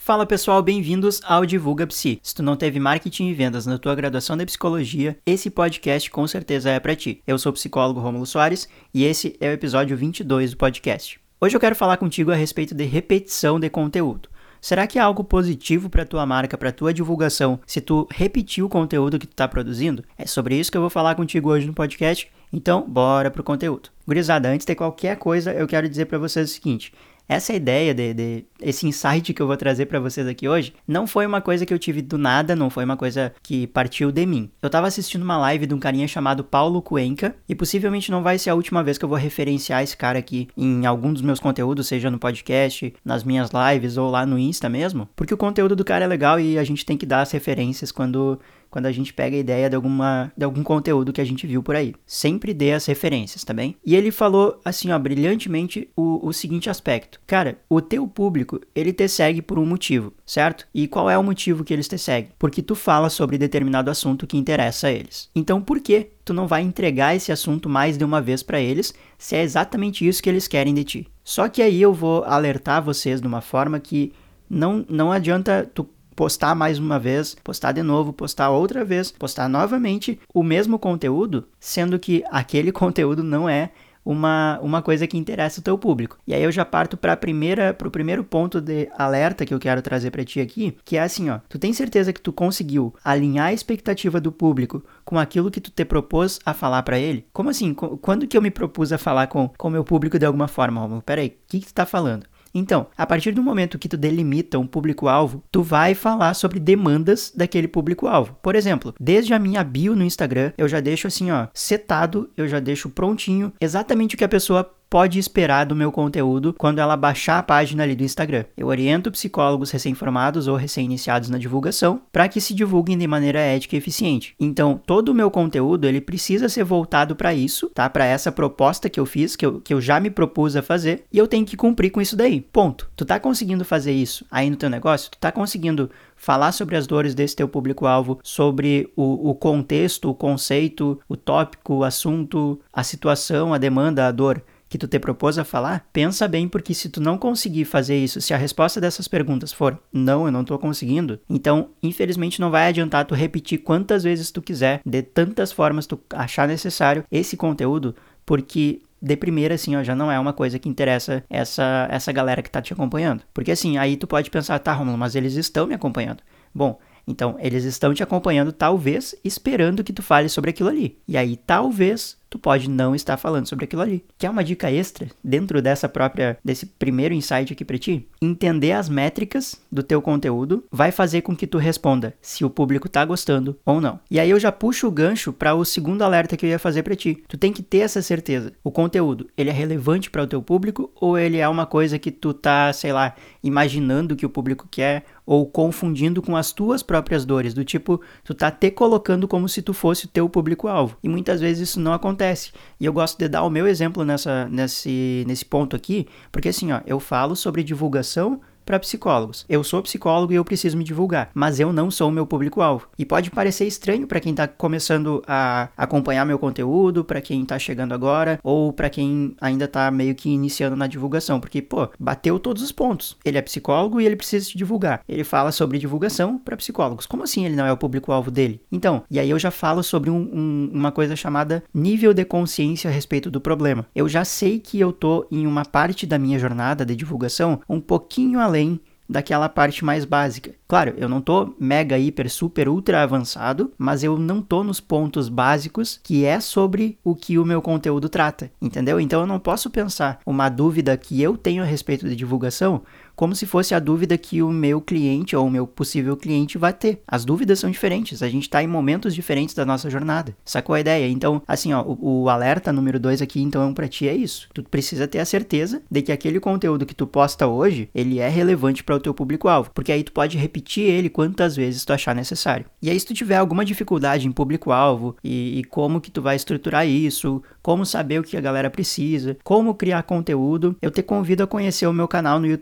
Fala pessoal, bem-vindos ao Divulga Psi. Se tu não teve marketing e vendas na tua graduação de psicologia, esse podcast com certeza é pra ti. Eu sou o psicólogo Rômulo Soares e esse é o episódio 22 do podcast. Hoje eu quero falar contigo a respeito de repetição de conteúdo. Será que é algo positivo para tua marca, para tua divulgação, se tu repetir o conteúdo que tu tá produzindo? É sobre isso que eu vou falar contigo hoje no podcast, então bora pro conteúdo. Gurizada, antes de qualquer coisa, eu quero dizer para vocês o seguinte: essa ideia esse insight que eu vou trazer pra vocês aqui hoje, não foi uma coisa que eu tive do nada, não foi uma coisa que partiu de mim. Eu tava assistindo uma live de um carinha chamado Paulo Cuenca, e possivelmente não vai ser a última vez que eu vou referenciar esse cara aqui em algum dos meus conteúdos, seja no podcast, nas minhas lives ou lá no Insta mesmo, porque o conteúdo do cara é legal e a gente tem que dar as referências quando a gente pega a ideia de algum conteúdo que a gente viu por aí. Sempre dê as referências, tá bem? E ele falou, assim, ó, brilhantemente o seguinte aspecto. Cara, o teu público, ele te segue por um motivo, certo? E qual é o motivo que eles te seguem? Porque tu fala sobre determinado assunto que interessa a eles. Então, por que tu não vai entregar esse assunto mais de uma vez pra eles, se é exatamente isso que eles querem de ti? Só que aí eu vou alertar vocês de uma forma que não adianta tu postar mais uma vez, postar de novo, postar outra vez, postar novamente o mesmo conteúdo, sendo que aquele conteúdo não é uma coisa que interessa o teu público. E aí eu já parto para pro primeiro ponto de alerta que eu quero trazer para ti aqui, que é assim, ó, tu tem certeza que tu conseguiu alinhar a expectativa do público com aquilo que tu te propôs a falar para ele? Como assim? Quando que eu me propus a falar com o meu público de alguma forma, Romulo? Peraí, o que tu tá falando? Então, a partir do momento que tu delimita um público-alvo, tu vai falar sobre demandas daquele público-alvo. Por exemplo, desde a minha bio no Instagram, eu já deixo assim, ó, setado, eu já deixo prontinho, exatamente o que a pessoa pode esperar do meu conteúdo quando ela baixar a página ali do Instagram. Eu oriento psicólogos recém-formados ou recém-iniciados na divulgação para que se divulguem de maneira ética e eficiente. Então, todo o meu conteúdo, ele precisa ser voltado para isso, tá? Para essa proposta que eu fiz, que eu já me propus a fazer, e eu tenho que cumprir com isso daí. Ponto. Tu tá conseguindo fazer isso aí no teu negócio? Tu tá conseguindo falar sobre as dores desse teu público-alvo, sobre o contexto, o conceito, o tópico, o assunto, a situação, a demanda, a dor que tu te propôs a falar? Pensa bem, porque se tu não conseguir fazer isso, se a resposta dessas perguntas for não, eu não tô conseguindo, então infelizmente não vai adiantar tu repetir quantas vezes tu quiser, de tantas formas tu achar necessário esse conteúdo, porque de primeira, assim, ó, já não é uma coisa que interessa essa galera que tá te acompanhando. Porque assim, aí tu pode pensar, tá, Romulo, mas eles estão me acompanhando. Bom, então eles estão te acompanhando, talvez esperando que tu fale sobre aquilo ali. E aí talvez tu pode não estar falando sobre aquilo ali. Quer uma dica extra dentro desse primeiro insight aqui pra ti? Entender as métricas do teu conteúdo vai fazer com que tu responda se o público tá gostando ou não. E aí eu já puxo o gancho para o segundo alerta que eu ia fazer pra ti. Tu tem que ter essa certeza. O conteúdo, ele é relevante para o teu público ou ele é uma coisa que tu tá, sei lá, imaginando que o público quer ou confundindo com as tuas próprias dores, do tipo, tu tá te colocando como se tu fosse o teu público-alvo. E muitas vezes isso não acontece. E eu gosto de dar o meu exemplo nesse ponto aqui, porque assim, ó, eu falo sobre divulgação para psicólogos. Eu sou psicólogo e eu preciso me divulgar, mas eu não sou o meu público-alvo. E pode parecer estranho para quem tá começando a acompanhar meu conteúdo, para quem tá chegando agora, ou para quem ainda tá meio que iniciando na divulgação, porque, pô, bateu todos os pontos. Ele é psicólogo e ele precisa se divulgar. Ele fala sobre divulgação para psicólogos. Como assim ele não é o público-alvo dele? Então, e aí eu já falo sobre uma coisa chamada nível de consciência a respeito do problema. Eu já sei que eu tô em uma parte da minha jornada de divulgação um pouquinho além daquela parte mais básica. Claro, eu não tô mega, hiper, super, ultra avançado, mas eu não tô nos pontos básicos que é sobre o que o meu conteúdo trata, entendeu? Então eu não posso pensar uma dúvida que eu tenho a respeito de divulgação como se fosse a dúvida que o meu cliente ou o meu possível cliente vai ter. As dúvidas são diferentes, a gente tá em momentos diferentes da nossa jornada. Sacou a ideia? Então, assim, ó, o alerta número 2 aqui, então, pra ti é isso. Tu precisa ter a certeza de que aquele conteúdo que tu posta hoje, ele é relevante para o teu público-alvo, porque aí tu pode repetir ele quantas vezes tu achar necessário. E aí, se tu tiver alguma dificuldade em público-alvo e como que tu vai estruturar isso, como saber o que a galera precisa, como criar conteúdo, eu te convido a conhecer o meu canal no YouTube,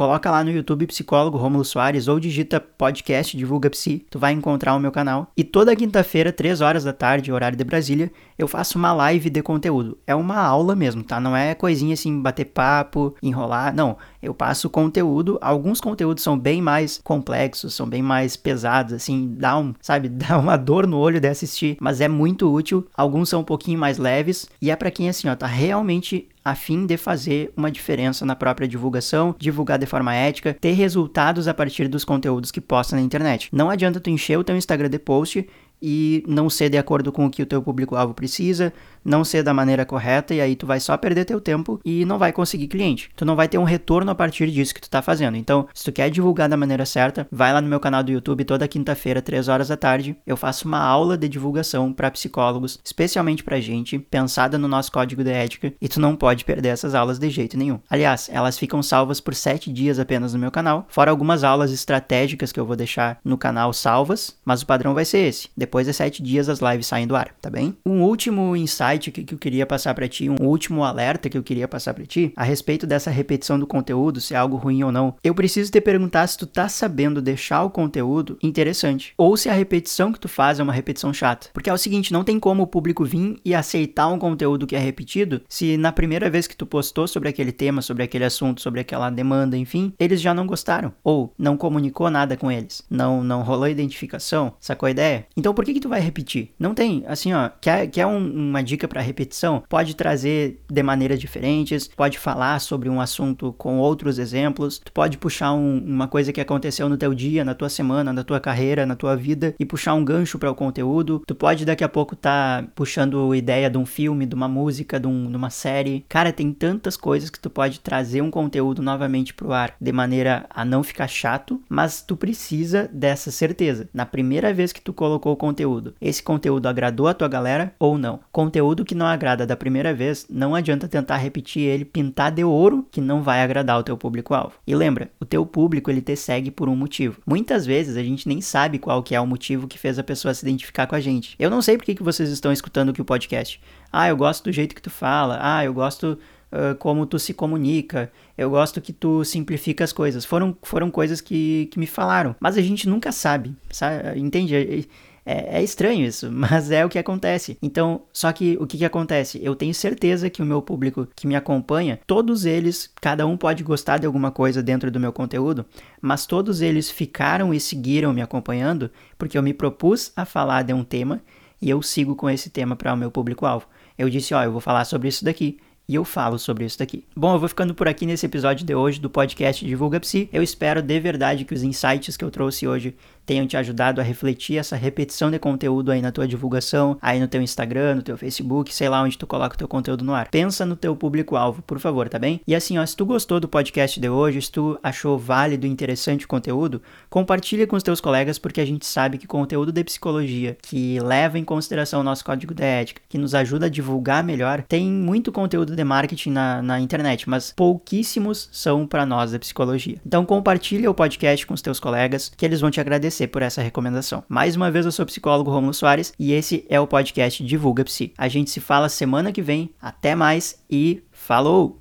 coloca lá no YouTube Psicólogo Rômulo Soares ou digita podcast Divulga Psi, tu vai encontrar o meu canal. E toda quinta-feira, 3 horas da tarde, horário de Brasília, eu faço uma live de conteúdo. É uma aula mesmo, tá? Não é coisinha assim, bater papo, enrolar, não. Eu passo conteúdo, alguns conteúdos são bem mais complexos, são bem mais pesados, assim, dá uma dor no olho de assistir, mas é muito útil. Alguns são um pouquinho mais leves e é pra quem, assim, ó, tá realmente a fim de fazer uma diferença na própria divulgação, divulgar de forma ética, ter resultados a partir dos conteúdos que posta na internet. Não adianta tu encher o teu Instagram de post e não ser de acordo com o que o teu público-alvo precisa, não ser da maneira correta, e aí tu vai só perder teu tempo e não vai conseguir cliente. Tu não vai ter um retorno a partir disso que tu tá fazendo. Então, se tu quer divulgar da maneira certa, vai lá no meu canal do YouTube toda quinta-feira, 3 horas da tarde. Eu faço uma aula de divulgação para psicólogos, especialmente pra gente, pensada no nosso código de ética, e tu não pode perder essas aulas de jeito nenhum. Aliás, elas ficam salvas por 7 dias apenas no meu canal, fora algumas aulas estratégicas que eu vou deixar no canal salvas, mas o padrão vai ser esse. Depois de 7 dias as lives saem do ar, tá bem? Um último insight que eu queria passar pra ti, um último alerta que eu queria passar pra ti, a respeito dessa repetição do conteúdo, se é algo ruim ou não. Eu preciso te perguntar se tu tá sabendo deixar o conteúdo interessante, ou se a repetição que tu faz é uma repetição chata. Porque é o seguinte, não tem como o público vir e aceitar um conteúdo que é repetido, se na primeira vez que tu postou sobre aquele tema, sobre aquele assunto, sobre aquela demanda, enfim, eles já não gostaram, ou não comunicou nada com eles, não rolou identificação, sacou a ideia? Então por que tu vai repetir? Não tem, assim ó, quer uma dica para repetição? Pode trazer de maneiras diferentes, pode falar sobre um assunto com outros exemplos, tu pode puxar uma coisa que aconteceu no teu dia, na tua semana, na tua carreira, na tua vida e puxar um gancho para o conteúdo, tu pode daqui a pouco tá puxando ideia de um filme, de uma música, de uma série. Cara, tem tantas coisas que tu pode trazer um conteúdo novamente pro ar de maneira a não ficar chato, mas tu precisa dessa certeza. Na primeira vez que tu colocou o conteúdo, esse conteúdo agradou a tua galera ou não? Conteúdo que não agrada da primeira vez, não adianta tentar repetir ele, pintar de ouro, que não vai agradar o teu público-alvo. E lembra, o teu público, ele te segue por um motivo. Muitas vezes a gente nem sabe qual que é o motivo que fez a pessoa se identificar com a gente. Eu não sei por que vocês estão escutando aqui o podcast. Ah, eu gosto do jeito que tu fala. Ah, eu gosto como tu se comunica. Eu gosto que tu simplifica as coisas. Foram coisas que me falaram. Mas a gente nunca sabe, entende? É estranho isso, mas é o que acontece. Então, só que o que acontece? Eu tenho certeza que o meu público que me acompanha, todos eles, cada um pode gostar de alguma coisa dentro do meu conteúdo, mas todos eles ficaram e seguiram me acompanhando porque eu me propus a falar de um tema e eu sigo com esse tema para o meu público-alvo. Eu disse, eu vou falar sobre isso daqui. E eu falo sobre isso daqui. Bom, eu vou ficando por aqui nesse episódio de hoje do podcast Divulga Psi. Eu espero de verdade que os insights que eu trouxe hoje tenham te ajudado a refletir essa repetição de conteúdo aí na tua divulgação, aí no teu Instagram, no teu Facebook, sei lá onde tu coloca o teu conteúdo no ar. Pensa no teu público-alvo, por favor, tá bem? E assim, se tu gostou do podcast de hoje, se tu achou válido e interessante o conteúdo, compartilha com os teus colegas, porque a gente sabe que conteúdo de psicologia, que leva em consideração o nosso código de ética, que nos ajuda a divulgar melhor, tem muito conteúdo de marketing na internet, mas pouquíssimos são para nós da psicologia. Então compartilha o podcast com os teus colegas, que eles vão te agradecer por essa recomendação. Mais uma vez, eu sou o psicólogo Rômulo Soares e esse é o podcast Divulga Psi. A gente se fala semana que vem. Até mais e falou!